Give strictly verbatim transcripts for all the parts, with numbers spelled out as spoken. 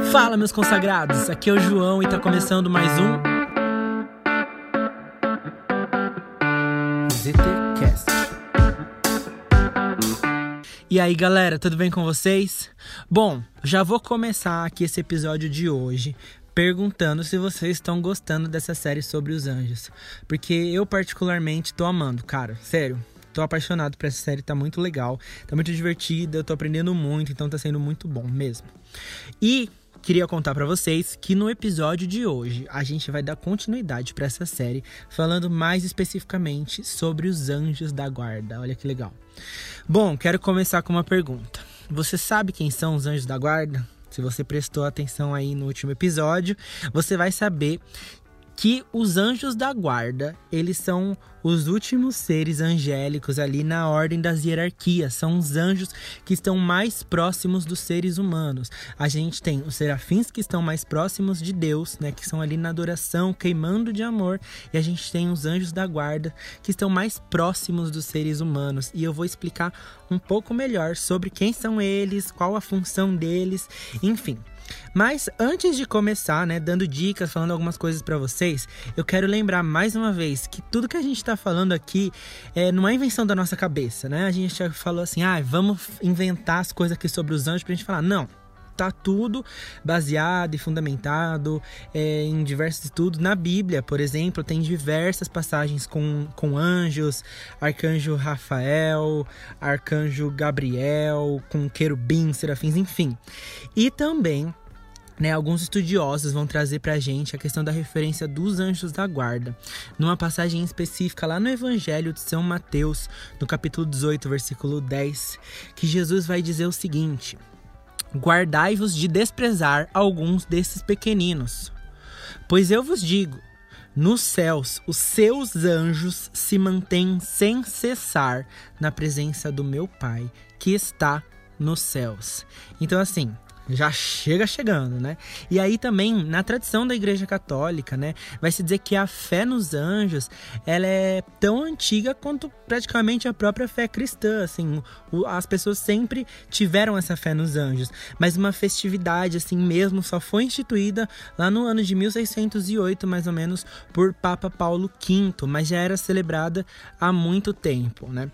Fala, meus consagrados, aqui é o João e tá começando mais um ZTCast. E aí, galera, tudo bem com vocês? Bom, já vou começar aqui esse episódio de hoje perguntando se vocês estão gostando dessa série sobre os anjos, porque eu particularmente tô amando, cara, sério. Tô apaixonado por essa série, tá muito legal, tá muito divertida, eu tô aprendendo muito, então tá sendo muito bom mesmo. E queria contar pra vocês que no episódio de hoje a gente vai dar continuidade pra essa série, falando mais especificamente sobre os anjos da guarda. Olha que legal. Bom, quero começar com uma pergunta. Você sabe quem são os anjos da guarda? Se você prestou atenção aí no último episódio, você vai saber que os anjos da guarda, eles são os últimos seres angélicos ali na ordem das hierarquias. São os anjos que estão mais próximos dos seres humanos. A gente tem os serafins que estão mais próximos de Deus, né, que são ali na adoração, queimando de amor. E a gente tem os anjos da guarda que estão mais próximos dos seres humanos. E eu vou explicar um pouco melhor sobre quem são eles, qual a função deles, enfim. Mas antes de começar, né, dando dicas, falando algumas coisas pra vocês, eu quero lembrar mais uma vez que tudo que a gente tá falando aqui é, não é invenção da nossa cabeça, né? A gente já falou assim, ah, vamos inventar as coisas aqui sobre os anjos pra gente falar, não. Tá tudo baseado e fundamentado é, em diversos estudos. Na Bíblia, por exemplo, tem diversas passagens com, com anjos, arcanjo Rafael, arcanjo Gabriel, com querubins, serafins, enfim. E também, né, alguns estudiosos vão trazer pra gente a questão da referência dos anjos da guarda, numa passagem específica lá no Evangelho de São Mateus, no capítulo dezoito, versículo dez, que Jesus vai dizer o seguinte: guardai-vos de desprezar alguns desses pequeninos, pois eu vos digo, nos céus os seus anjos se mantêm sem cessar na presença do meu Pai, que está nos céus. Então assim, já chega chegando, né? E aí também, na tradição da Igreja Católica, né, vai se dizer que a fé nos anjos, ela é tão antiga quanto praticamente a própria fé cristã, assim, o, as pessoas sempre tiveram essa fé nos anjos, mas uma festividade, assim mesmo, só foi instituída lá no ano de mil seiscentos e oito, mais ou menos, por Papa Paulo quinto, mas já era celebrada há muito tempo, né?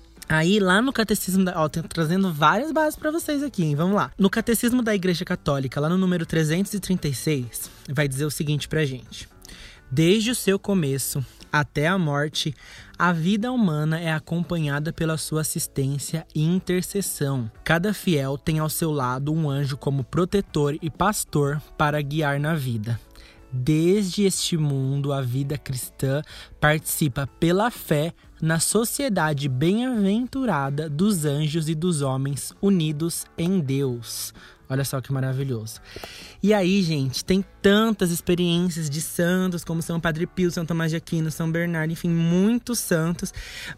Aí, lá no Catecismo da... Ó, tô trazendo várias bases pra vocês aqui, hein? Vamos lá. No Catecismo da Igreja Católica, lá no número trezentos e trinta e seis, vai dizer o seguinte pra gente: desde o seu começo até a morte, a vida humana é acompanhada pela sua assistência e intercessão. Cada fiel tem ao seu lado um anjo como protetor e pastor para guiar na vida. Desde este mundo, a vida cristã participa pela fé na sociedade bem-aventurada dos anjos e dos homens unidos em Deus. Olha só que maravilhoso. E aí, gente, tem tantas experiências de santos, como São Padre Pio, São Tomás de Aquino, São Bernardo, enfim, muitos santos.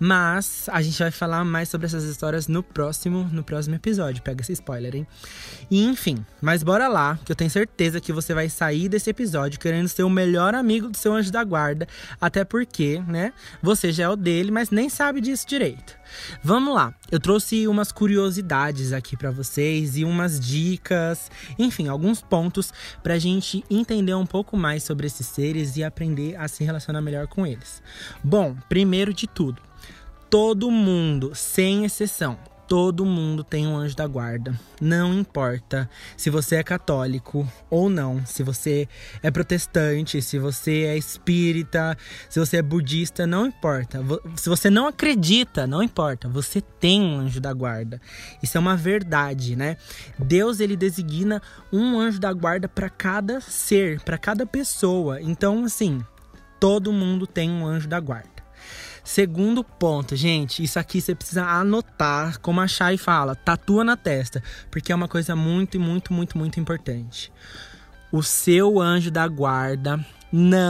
Mas a gente vai falar mais sobre essas histórias no próximo, no próximo episódio. Pega esse spoiler, hein? E enfim, mas bora lá, que eu tenho certeza que você vai sair desse episódio querendo ser o melhor amigo do seu anjo da guarda. Até porque, né, você já é o dele, mas nem sabe disso direito. Vamos lá, eu trouxe umas curiosidades aqui pra vocês e umas dicas, enfim, alguns pontos pra gente entender um pouco mais sobre esses seres e aprender a se relacionar melhor com eles. Bom, primeiro de tudo, todo mundo, sem exceção, todo mundo tem um anjo da guarda. Não importa se você é católico ou não, se você é protestante, se você é espírita, se você é budista, não importa. Se você não acredita, não importa. Você tem um anjo da guarda. Isso é uma verdade, né? Deus, ele designa um anjo da guarda para cada ser, para cada pessoa. Então, assim, todo mundo tem um anjo da guarda. Segundo ponto, gente, isso aqui você precisa anotar, como a Chay fala, tatua na testa, porque é uma coisa muito, muito, muito, muito importante. O seu anjo da guarda não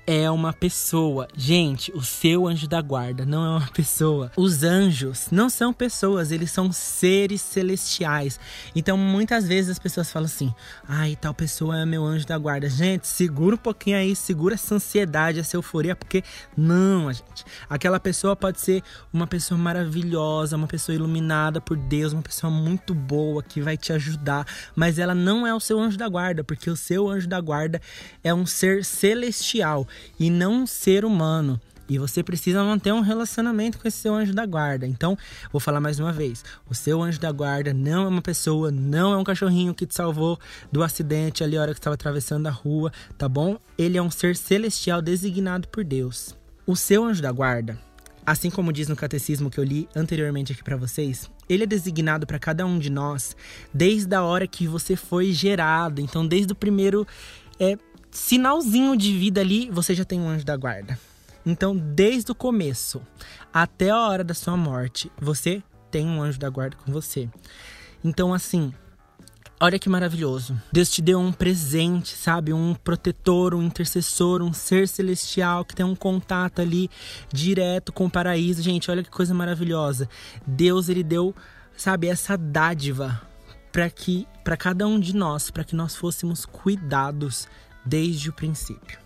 é uma pessoa. Gente, o seu anjo da guarda não é uma pessoa. Os anjos não são pessoas, eles são seres celestiais. Então, muitas vezes as pessoas falam assim: ai, tal pessoa é meu anjo da guarda. Gente, segura um pouquinho aí, segura essa ansiedade, essa euforia, porque não, gente. Aquela pessoa pode ser uma pessoa maravilhosa, uma pessoa iluminada por Deus, uma pessoa muito boa que vai te ajudar, mas ela não é o seu anjo da guarda, porque o seu anjo da guarda é um ser celestial e não um ser humano. E você precisa manter um relacionamento com esse seu anjo da guarda. Então, vou falar mais uma vez. O seu anjo da guarda não é uma pessoa, não é um cachorrinho que te salvou do acidente ali a hora que estava atravessando a rua, tá bom? Ele é um ser celestial designado por Deus. O seu anjo da guarda, assim como diz no catecismo que eu li anteriormente aqui para vocês, ele é designado para cada um de nós desde a hora que você foi gerado. Então, desde o primeiro é, sinalzinho de vida ali, você já tem um anjo da guarda. Então, desde o começo até a hora da sua morte, você tem um anjo da guarda com você. Então, assim, olha que maravilhoso. Deus te deu um presente, sabe? Um protetor, um intercessor, um ser celestial que tem um contato ali direto com o paraíso. Gente, olha que coisa maravilhosa. Deus, ele deu, sabe, essa dádiva para que, para cada um de nós, para que nós fôssemos cuidados desde o princípio.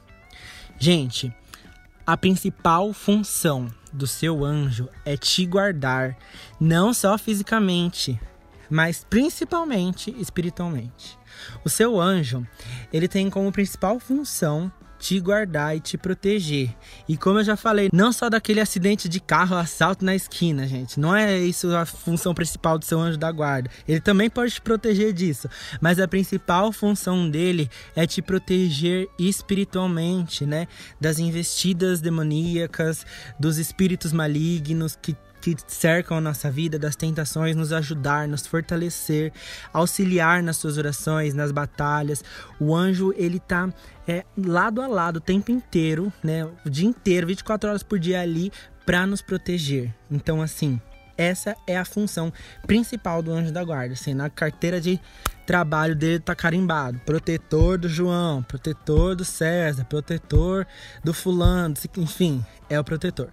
Gente, a principal função do seu anjo é te guardar, não só fisicamente, mas principalmente espiritualmente. O seu anjo, ele tem como principal função te guardar e te proteger. E como eu já falei, não só daquele acidente de carro, assalto na esquina, gente. Não é isso a função principal do seu anjo da guarda. Ele também pode te proteger disso. Mas a principal função dele é te proteger espiritualmente, né? Das investidas demoníacas, dos espíritos malignos que que cercam a nossa vida, das tentações, nos ajudar, nos fortalecer, auxiliar nas suas orações, nas batalhas. O anjo, ele tá é, lado a lado o tempo inteiro, né? O dia inteiro, vinte e quatro horas por dia ali, para nos proteger. Então, assim, essa é a função principal do anjo da guarda. Assim, na carteira de trabalho dele tá carimbado: protetor do João, protetor do César, protetor do fulano, enfim, é o protetor.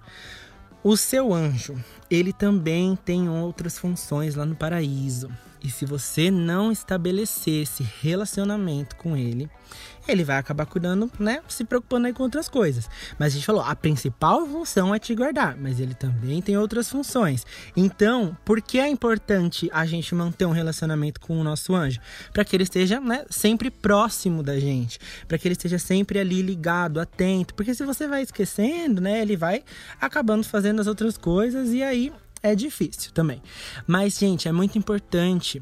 O seu anjo, ele também tem outras funções lá no paraíso. E se você não estabelecer esse relacionamento com ele, ele vai acabar cuidando, né? Se preocupando aí com outras coisas. Mas a gente falou, a principal função é te guardar, mas ele também tem outras funções. Então, por que é importante a gente manter um relacionamento com o nosso anjo? Para que ele esteja, né, sempre próximo da gente. Para que ele esteja sempre ali ligado, atento. Porque se você vai esquecendo, né? Ele vai acabando fazendo as outras coisas e aí é difícil também. Mas, gente, é muito importante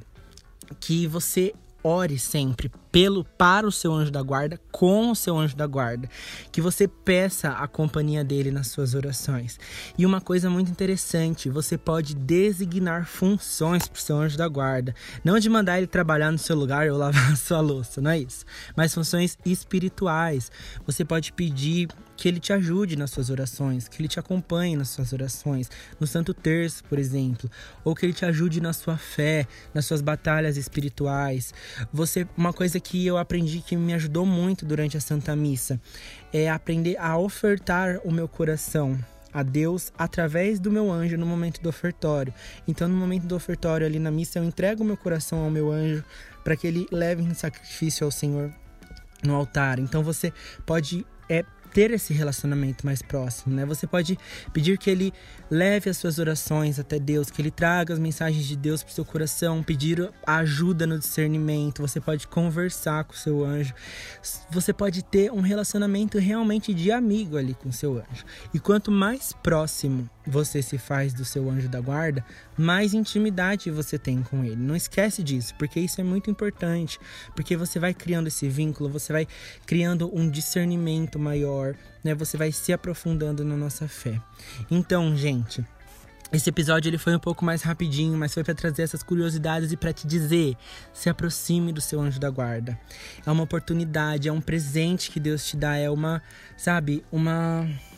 que você ore sempre pelo, para o seu anjo da guarda, com o seu anjo da guarda. Que você peça a companhia dele nas suas orações. E uma coisa muito interessante, você pode designar funções para o seu anjo da guarda. Não de mandar ele trabalhar no seu lugar ou lavar a sua louça, não é isso. Mas funções espirituais. Você pode pedir que ele te ajude nas suas orações, que ele te acompanhe nas suas orações, no Santo Terço, por exemplo, ou que ele te ajude na sua fé, nas suas batalhas espirituais. Você, uma coisa que eu aprendi que me ajudou muito durante a Santa Missa é aprender a ofertar o meu coração a Deus através do meu anjo no momento do ofertório. Então, no momento do ofertório ali na missa, eu entrego o meu coração ao meu anjo para que ele leve em sacrifício ao Senhor no altar. Então, você pode é, ter esse relacionamento mais próximo, né? Você pode pedir que ele leve as suas orações até Deus, que ele traga as mensagens de Deus para o seu coração, pedir ajuda no discernimento. Você pode conversar com o seu anjo. Você pode ter um relacionamento realmente de amigo ali com o seu anjo. E quanto mais próximo você se faz do seu anjo da guarda, mais intimidade você tem com ele. Não esquece disso, porque isso é muito importante, porque você vai criando esse vínculo, você vai criando um discernimento maior, né? Você vai se aprofundando na nossa fé. Então, gente, esse episódio ele foi um pouco mais rapidinho, mas foi para trazer essas curiosidades e para te dizer: se aproxime do seu anjo da guarda. É uma oportunidade, é um presente que Deus te dá, é uma, sabe, uma...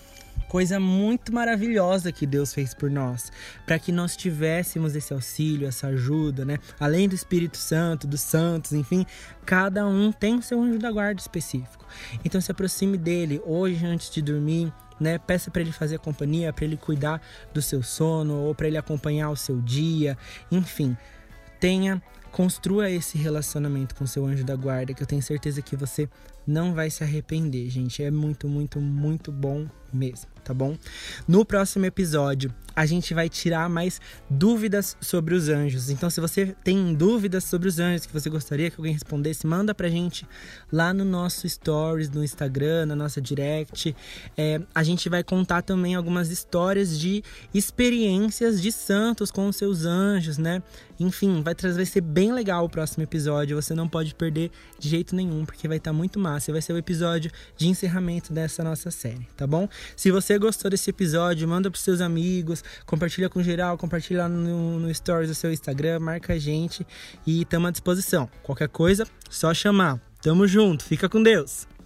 coisa muito maravilhosa que Deus fez por nós, para que nós tivéssemos esse auxílio, essa ajuda, né? Além do Espírito Santo, dos santos, enfim, cada um tem seu anjo da guarda específico. Então se aproxime dele hoje antes de dormir, né? Peça para ele fazer companhia, para ele cuidar do seu sono ou para ele acompanhar o seu dia, enfim, tenha Construa esse relacionamento com seu anjo da guarda, que eu tenho certeza que você não vai se arrepender, gente. É muito, muito, muito bom mesmo, tá bom? No próximo episódio, a gente vai tirar mais dúvidas sobre os anjos. Então, se você tem dúvidas sobre os anjos que você gostaria que alguém respondesse, manda pra gente lá no nosso stories, no Instagram, na nossa direct. É, a gente vai contar também algumas histórias de experiências de santos com os seus anjos, né? Enfim, vai, trazer, vai ser bem legal o próximo episódio. Você não pode perder de jeito nenhum, porque vai estar muito massa. Vai ser o episódio de encerramento dessa nossa série, tá bom? Se você gostou desse episódio, manda pros seus amigos, compartilha com geral, compartilha lá no, no stories do seu Instagram, marca a gente e tamo à disposição. Qualquer coisa, só chamar. Tamo junto, fica com Deus!